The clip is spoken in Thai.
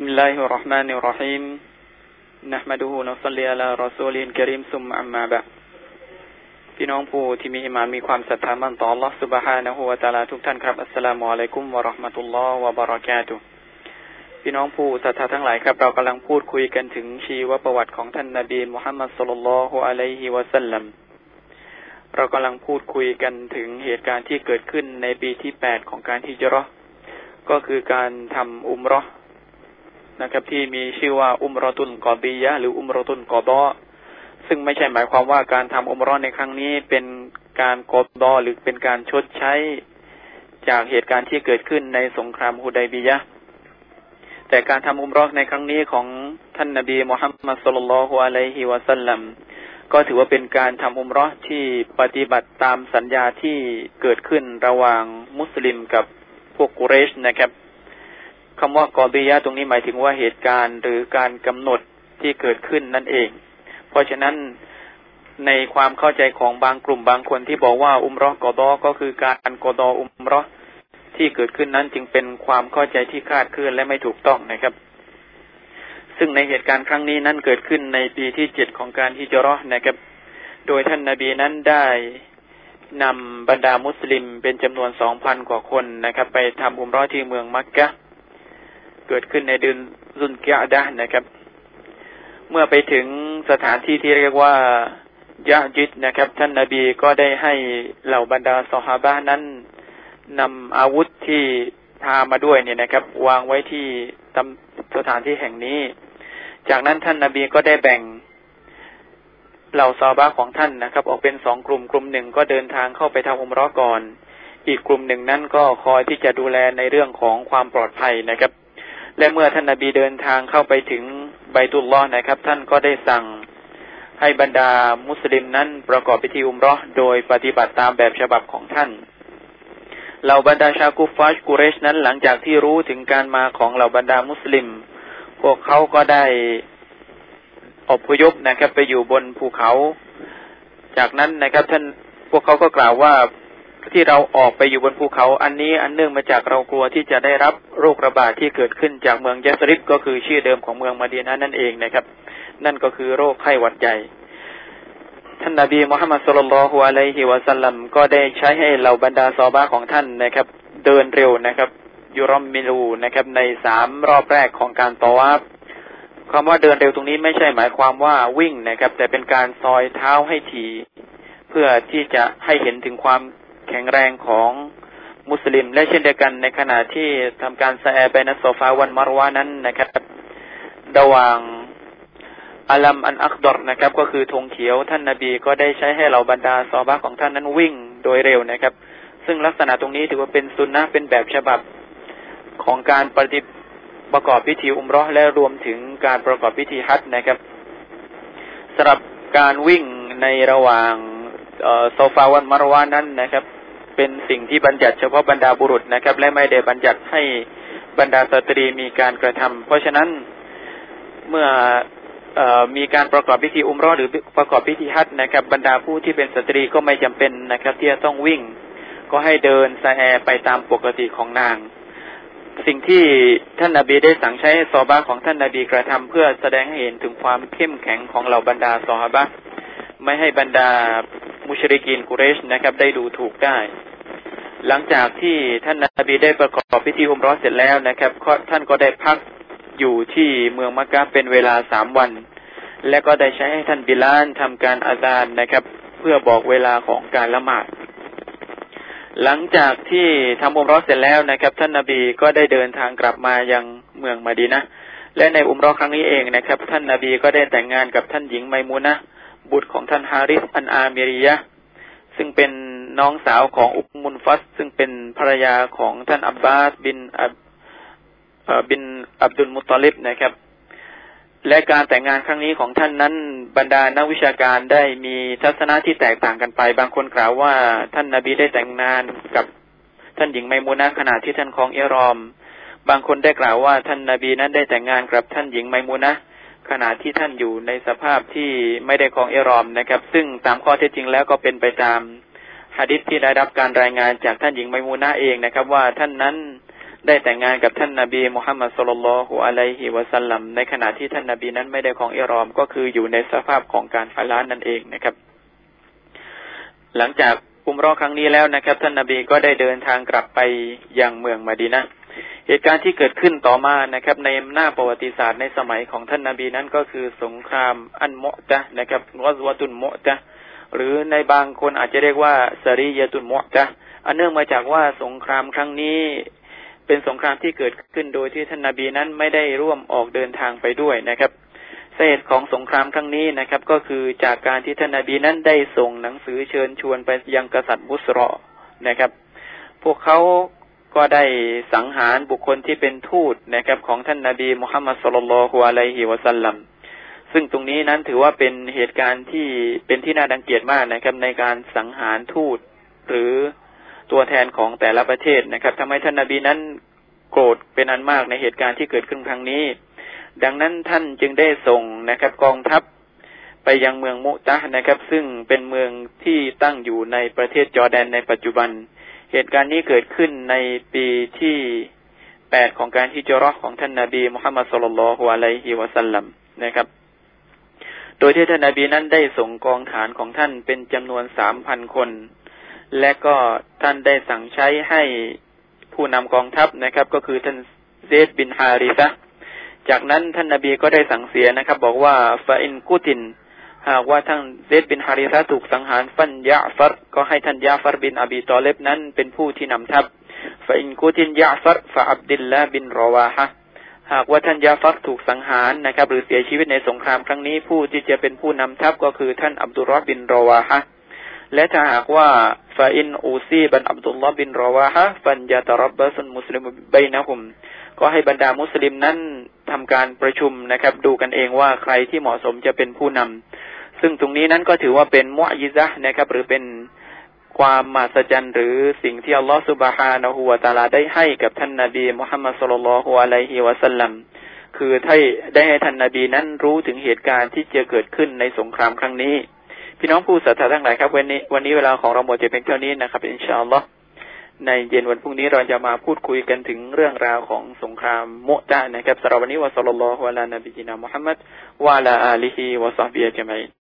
بسم الله الرحمن الرحيم نحمده ونصلي على رسوله الكريم ثم أما بعدพี่น้องผู้ที่มีอีหม่านมีความศรัทธามั่นต่อ Allah Subhanahu wa Ta'ala ทุกท่านครับอัสสลามุอะลัยกุมวะเราะห์มะตุลลอฮ์วะบะเราะกาตุฮ์พี่น้องผู้ศรัทธาทั้งหลายครับเรากำลังพูดคุยกันถึงชีวประวัติของท่านนบีมุฮัมมัดศ็อลลัลลอฮุอะลัยฮิวะซัลลัมเรากำลังพูดคุยกันถึงเหตุการณ์ที่เกิดขึ้นในปีที่8ของการฮิจเราะห์ก็คือการทำอุมเราะห์นะครับที่มีชื่อว่าอุมเราะตุลกอดียะห์หรืออุมเราะตุลกอฎอซึ่งไม่ใช่หมายความว่าการทำอุมเราะห์ในครั้งนี้เป็นการกอฎอหรือเป็นการชดใช้จากเหตุการณ์ที่เกิดขึ้นในสงครามฮุดัยบียะห์แต่การทำอุมเราะห์ในครั้งนี้ของท่านนบีมุฮัมมัดศ็อลลัลลอฮุอะลัยฮิวะซัลลัมก็ถือว่าเป็นการทำอุมเราะห์ที่ปฏิบัติตามสัญญาที่เกิดขึ้นระหว่างมุสลิมกับพวกกุเรชนะครับคำว่ากอดียะห์ตรงนี้หมายถึงว่าเหตุการณ์หรือการกำหนดที่เกิดขึ้นนั่นเองเพราะฉะนั้นในความเข้าใจของบางกลุ่มบางคนที่บอกว่าอุมเราะห์กอฎอก็คือการกอฎออุมเราะห์ที่เกิดขึ้นนั้นจึงเป็นความเข้าใจที่คลาดเคลื่อนและไม่ถูกต้องนะครับซึ่งในเหตุการณ์ครั้งนี้นั้นเกิดขึ้นในปีที่7ของการฮิจเราะห์นะครับโดยท่านนบีนั้นได้นำบรรดามุสลิมเป็นจำนวน 2,000 กว่าคนนะครับไปทำอุมเราะห์ที่เมืองมักกะห์เกิดขึ้นในเดือนซุลกิอ์ดะห์นะครับเมื่อไปถึงสถานที่ที่เรียกว่ายะญิดนะครับท่านนบีก็ได้ให้เหล่าบรรดาซอฮาบะห์นั้นนำอาวุธที่พามาด้วยเนี่ยนะครับวางไว้ที่สถานที่แห่งนี้จากนั้นท่านนบีก็ได้แบ่งเหล่าซอฮาบะห์ของท่านนะครับออกเป็น2กลุ่มกลุ่มหนึ่งก็เดินทางเข้าไปทำอุมเราะห์ก่อนอีกกลุ่มหนึ่งนั้นก็คอยที่จะดูแลในเรื่องของความปลอดภัยนะครับและเมื่อท่านนบีเดินทางเข้าไปถึงไบตุลลอฮ์นะครับท่านก็ได้สั่งให้บรรดามุสลิมนั้นประกอบพิธีอุมเราะห์โดยปฏิบัติตามแบบฉบับของท่านเหล่าบรรดาชาวกุฟฟาร์กุเรชนั้นหลังจากที่รู้ถึงการมาของเหล่าบรรดามุสลิมพวกเขาก็ได้อพยพนะครับไปอยู่บนภูเขาจากนั้นนะครับพวกเขาก็กล่าวว่าที่เราออกไปอยู่บนภูเขาอันนี้อันเนื่องมาจากเรากลัวที่จะได้รับโรคระบาดที่เกิดขึ้นจากเมืองยัสริบก็คือชื่อเดิมของเมืองมะดีนะห์นั่นเองนะครับนั่นก็คือโรคไข้หวัดใหญ่ท่านนบีมุฮัมมัดศ็อลลัลลอฮุอะลัยฮิวะซัลลัมก็ได้ใช้ให้เหล่าบรรดาซอฮาบะห์ของท่านนะครับเดินเร็วนะครับยุรอมมิลูนะครับใน3รอบแรกของการตอวาฟคำว่าเดินเร็วตรงนี้ไม่ใช่หมายความว่าวิ่งนะครับแต่เป็นการซอยเท้าให้ถี่เพื่อที่จะให้เห็นถึงความแข็งแรงของมุสลิมและเช่นเดียวกันในขณะที่ทำการซะอ์ไบนัสซอฟาวันมารวานั้นนะครับระหว่างอัลัมอันอัคดอรนะครับก็คือธงเขียวท่านนบีก็ได้ใช้ให้เหล่าบรรดาซอฮาบะห์ของท่านนั้นวิ่งโดยเร็วนะครับซึ่งลักษณะตรงนี้ถือว่าเป็นซุนนะห์เป็นแบบฉบับของการประกอบพิธีอุมเราะห์และรวมถึงการประกอบพิธีฮัจญ์นะครับสำหรับการวิ่งในระหว่างโซฟาวันมารวานั้นนะครับเป็นสิ่งที่บัญญัติเฉพาะบรรดาบุรุษนะครับและไม่ได้บัญญัติให้บรรดาสตรีมีการกระทำเพราะฉะนั้นเมื่อมีการประกอบพิธีอุมเราะห์หรือประกอบพิธีฮัจญ์นะครับบรรดาผู้ที่เป็นสตรีก็ไม่จำเป็นนะครับที่จะต้องวิ่งก็ให้เดินซะอ์ไปตามปกติของนางสิ่งที่ท่านนบีได้สั่งใช้ให้ซอฮาบะห์ของท่านนบีกระทำเพื่อแสดงให้เห็นถึงความเข้มแข็งของเหล่าบรรดาซอฮาบะห์ไม่ให้บรรดามุชริกีนกุเรชนะครับได้ดูถูกได้หลังจากที่ท่านนบีได้ประกอบพิธีอุมเราะห์เสร็จแล้วนะครับท่านก็ได้พักอยู่ที่เมืองมักกะห์เป็นเวลา3วันและก็ได้ใช้ให้ท่านบิลาลทำการอาซานนะครับเพื่อบอกเวลาของการละหมาดหลังจากที่ทำอุมเราะห์เสร็จแล้วนะครับท่านนบีก็ได้เดินทางกลับมายังเมืองมะดีนะห์และในอุมเราะห์ครั้งนี้เองนะครับท่านนบีก็ได้แต่งงานกับท่านหญิงไมมูนะห์บุตรของท่านฮาริสอันอามิริยะห์ซึ่งเป็นน้องสาวของอุมมุลฟัสซึ่งเป็นภรรยาของท่านอับบาสบินอับดุลมุตตอลิบนะครับและการแต่งงานครั้งนี้ของท่านนั้นบรรดานักวิชาการได้มีทัศนะที่แตกต่างกันไปบางคนกล่าวว่าท่านนบีได้แต่งงานกับท่านหญิงไมมูนะห์ขณะที่ท่านครองอิหรอมบางคนได้กล่าวว่าท่านนบีนั้นได้แต่งงานกับท่านหญิงไมมูนะห์ขณะที่ท่านอยู่ในสภาพที่ไม่ได้ครองอิหรอมนะครับซึ่งตามข้อเท็จจริงแล้วก็เป็นไปตามหะดีษที่ได้รับการรายงานจากท่านหญิงไมมูนะห์เองนะครับว่าท่านนั้นได้แต่งงานกับท่านนบีมุฮัมมัดศ็อลลัลลอฮุอะลัยฮิวะซัลลัมในขณะที่ท่านนบีนั้นไม่ได้ครองอิหรอมก็คืออยู่ในสภาพของการฮาลาลนั่นเองนะครับหลังจากอุมเราะห์ครั้งนี้แล้วนะครับท่านนบีก็ได้เดินทางกลับไปยังเมืองมะดีนะห์เหตุการณ์ที่เกิดขึ้นต่อมานะครับในหน้าประวัติศาสตร์ในสมัยของท่านนบีนั้นก็คือสงครามอันมุอ์ตะฮ์นะครับกอซวะตุนมุอ์ตะฮ์หรือในบางคนอาจจะเรียกว่าซะรียะตุนมุอ์ตะฮ์อันเนื่องมาจากว่าสงครามครั้งนี้เป็นสงครามที่เกิดขึ้นโดยที่ท่านนบีนั้นไม่ได้ร่วมออกเดินทางไปด้วยนะครับสาเหตุของสงครามครั้งนี้นะครับก็คือจากการที่ท่านนบีนั้นได้ส่งหนังสือเชิญชวนไปยังกษัตริย์บุสรอนะครับพวกเขาก็ได้สังหารบุคคลที่เป็นทูตนะครับของท่านนบีมุฮัมมัดศ็อลลัลลอฮุอะลัยฮิวะซัลลัมซึ่งตรงนี้นั้นถือว่าเป็นเหตุการณ์ที่เป็นที่น่ารังเกียจมากนะครับในการสังหารทูตหรือตัวแทนของแต่ละประเทศนะครับทำให้ท่านนบีนั้นโกรธเป็นอันมากในเหตุการณ์ที่เกิดขึ้นครั้งนี้ดังนั้นท่านจึงได้ส่งนะครับกองทัพไปยังเมืองมุตะฮ์นะครับซึ่งเป็นเมืองที่ตั้งอยู่ในประเทศจอร์แดนในปัจจุบันเหตุการณ์นี้เกิดขึ้นในปีที่8ของการฮิจเราะห์ของท่านนบีมุฮัมมัดศ็อลลัลลอฮุอะลัยฮิวะซัลลัมนะครับโดยที่ท่านนบีนั้นได้ส่งกองฐานของท่านเป็นจำนวน 3,000 คนและก็ท่านได้สั่งใช้ให้ผู้นำกองทัพนะครับก็คือท่านเซดบินฮาริซะห์จากนั้นท่านนบีก็ได้สั่งเสียนะครับบอกว่าฟาอินกุตินหากว่าท่านเซดบินฮาริซะห์ถูกสังหารฟันยะฟัรก็ให้ท่านยะฟัรบินอบีตอลิบนั้นเป็นผู้ที่นำทัพฟาอินกุตินยะฟัรฟะอับดุลลาห์บินรอวาฮะห์หากว่าท่านยะฟัรถูกสังหารนะครับหรือเสียชีวิตในสงครามครั้งนี้ผู้ที่จะเป็นผู้นำทัพก็คือท่านอับดุลลอฮ์บินรอวาฮะห์และถ้าหากว่าฟาอินอูซีบันอับดุลลอฮ์บินรอวาฮะห์ฟันยะตะรับบะซุนมุสลิมบัยนะฮุมก็ให้บรรดามุสลิมนั้นทำการประชุมนะครับดูกันเองว่าใครที่เหมาะสมจะเป็นผู้นำซึ่งตรงนี้นั้นก็ถือว่าเป็นมุอญิซะห์นะครับหรือเป็นความมหัศจรรย์หรือสิ่งที่อัลลอฮฺซุบฮานะฮูวะตะอาลาได้ให้กับท่านนบีมุฮัมมัดศ็อลลัลลอฮุอะลัยฮิวะซัลลัมคือได้ให้ท่านนบีนั้นรู้ถึงเหตุการณ์ที่จะเกิดขึ้นในสงครามครั้งนี้พี่น้องผู้ศรัทธาทั้งหลายครับวันนี้เวลาของเราหมดจะเป็นเท่านี้นะครับอินชาอัลลอฮ์ในเย็นวันพรุ่งนี้เราจะมาพูดคุยกันถึงเรื่องราวของสงครามมุตะฮ์นะครับสำหรับวันนี้วะศ็อลลัลลอฮุอะลานบีญินามุฮัมมัดวะอะลาอาลิฮิวะศอฮบิฮิอัจมัย